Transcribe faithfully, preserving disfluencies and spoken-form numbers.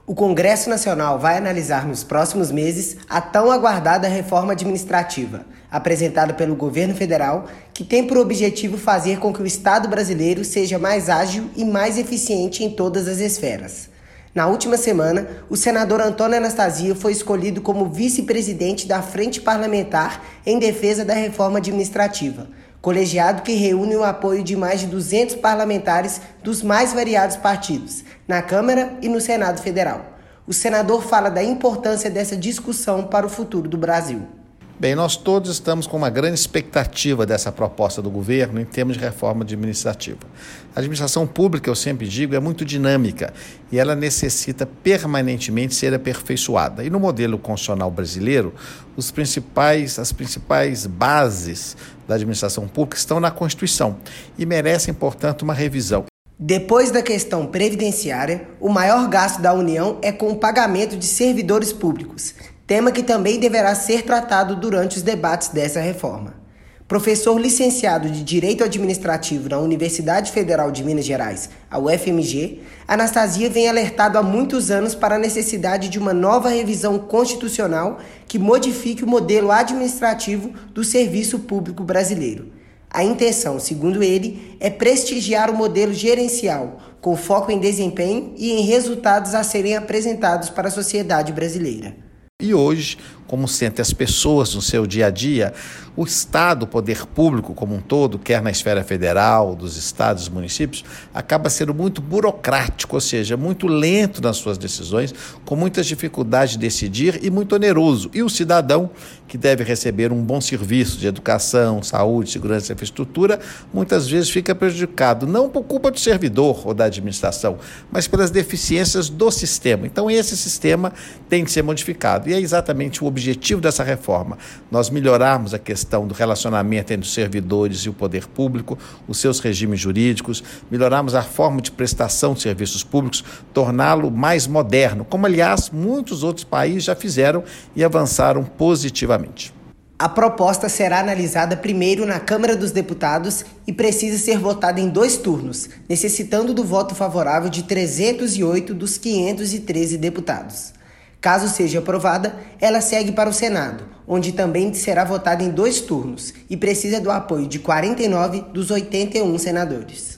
O Congresso Nacional vai analisar nos próximos meses a tão aguardada reforma administrativa, apresentada pelo governo federal, que tem por objetivo fazer com que o Estado brasileiro seja mais ágil e mais eficiente em todas as esferas. Na última semana, o senador Antônio Anastasia foi escolhido como vice-presidente da Frente Parlamentar em defesa da reforma administrativa, colegiado que reúne o apoio de mais de duzentos parlamentares dos mais variados partidos, na Câmara e no Senado Federal. O senador fala da importância dessa discussão para o futuro do Brasil. Bem, nós todos estamos com uma grande expectativa dessa proposta do governo em termos de reforma administrativa. A administração pública, eu sempre digo, é muito dinâmica e ela necessita permanentemente ser aperfeiçoada. E no modelo constitucional brasileiro, os principais, as principais bases da administração pública estão na Constituição e merecem, portanto, uma revisão. Depois da questão previdenciária, o maior gasto da União é com o pagamento de servidores públicos, tema que também deverá ser tratado durante os debates dessa reforma. Professor licenciado de Direito Administrativo na Universidade Federal de Minas Gerais, a U F M G, Anastasia vem alertado há muitos anos para a necessidade de uma nova revisão constitucional que modifique o modelo administrativo do serviço público brasileiro. A intenção, segundo ele, é prestigiar o modelo gerencial, com foco em desempenho e em resultados a serem apresentados para a sociedade brasileira. E hoje, como sentem as pessoas no seu dia a dia, o Estado, o poder público como um todo, quer na esfera federal, dos estados e municípios, acaba sendo muito burocrático, ou seja, muito lento nas suas decisões, com muitas dificuldades de decidir e muito oneroso. E o cidadão, que deve receber um bom serviço de educação, saúde, segurança e infraestrutura, muitas vezes fica prejudicado, não por culpa do servidor ou da administração, mas pelas deficiências do sistema. Então, esse sistema tem que ser modificado. E é exatamente o objetivo dessa reforma, nós melhorarmos a questão do relacionamento entre os servidores e o poder público, os seus regimes jurídicos, melhorarmos a forma de prestação de serviços públicos, torná-lo mais moderno, como, aliás, muitos outros países já fizeram e avançaram positivamente. A proposta será analisada primeiro na Câmara dos Deputados e precisa ser votada em dois turnos, necessitando do voto favorável de trezentos e oito dos quinhentos e treze deputados. Caso seja aprovada, ela segue para o Senado, onde também será votada em dois turnos e precisa do apoio de quarenta e nove dos oitenta e um senadores.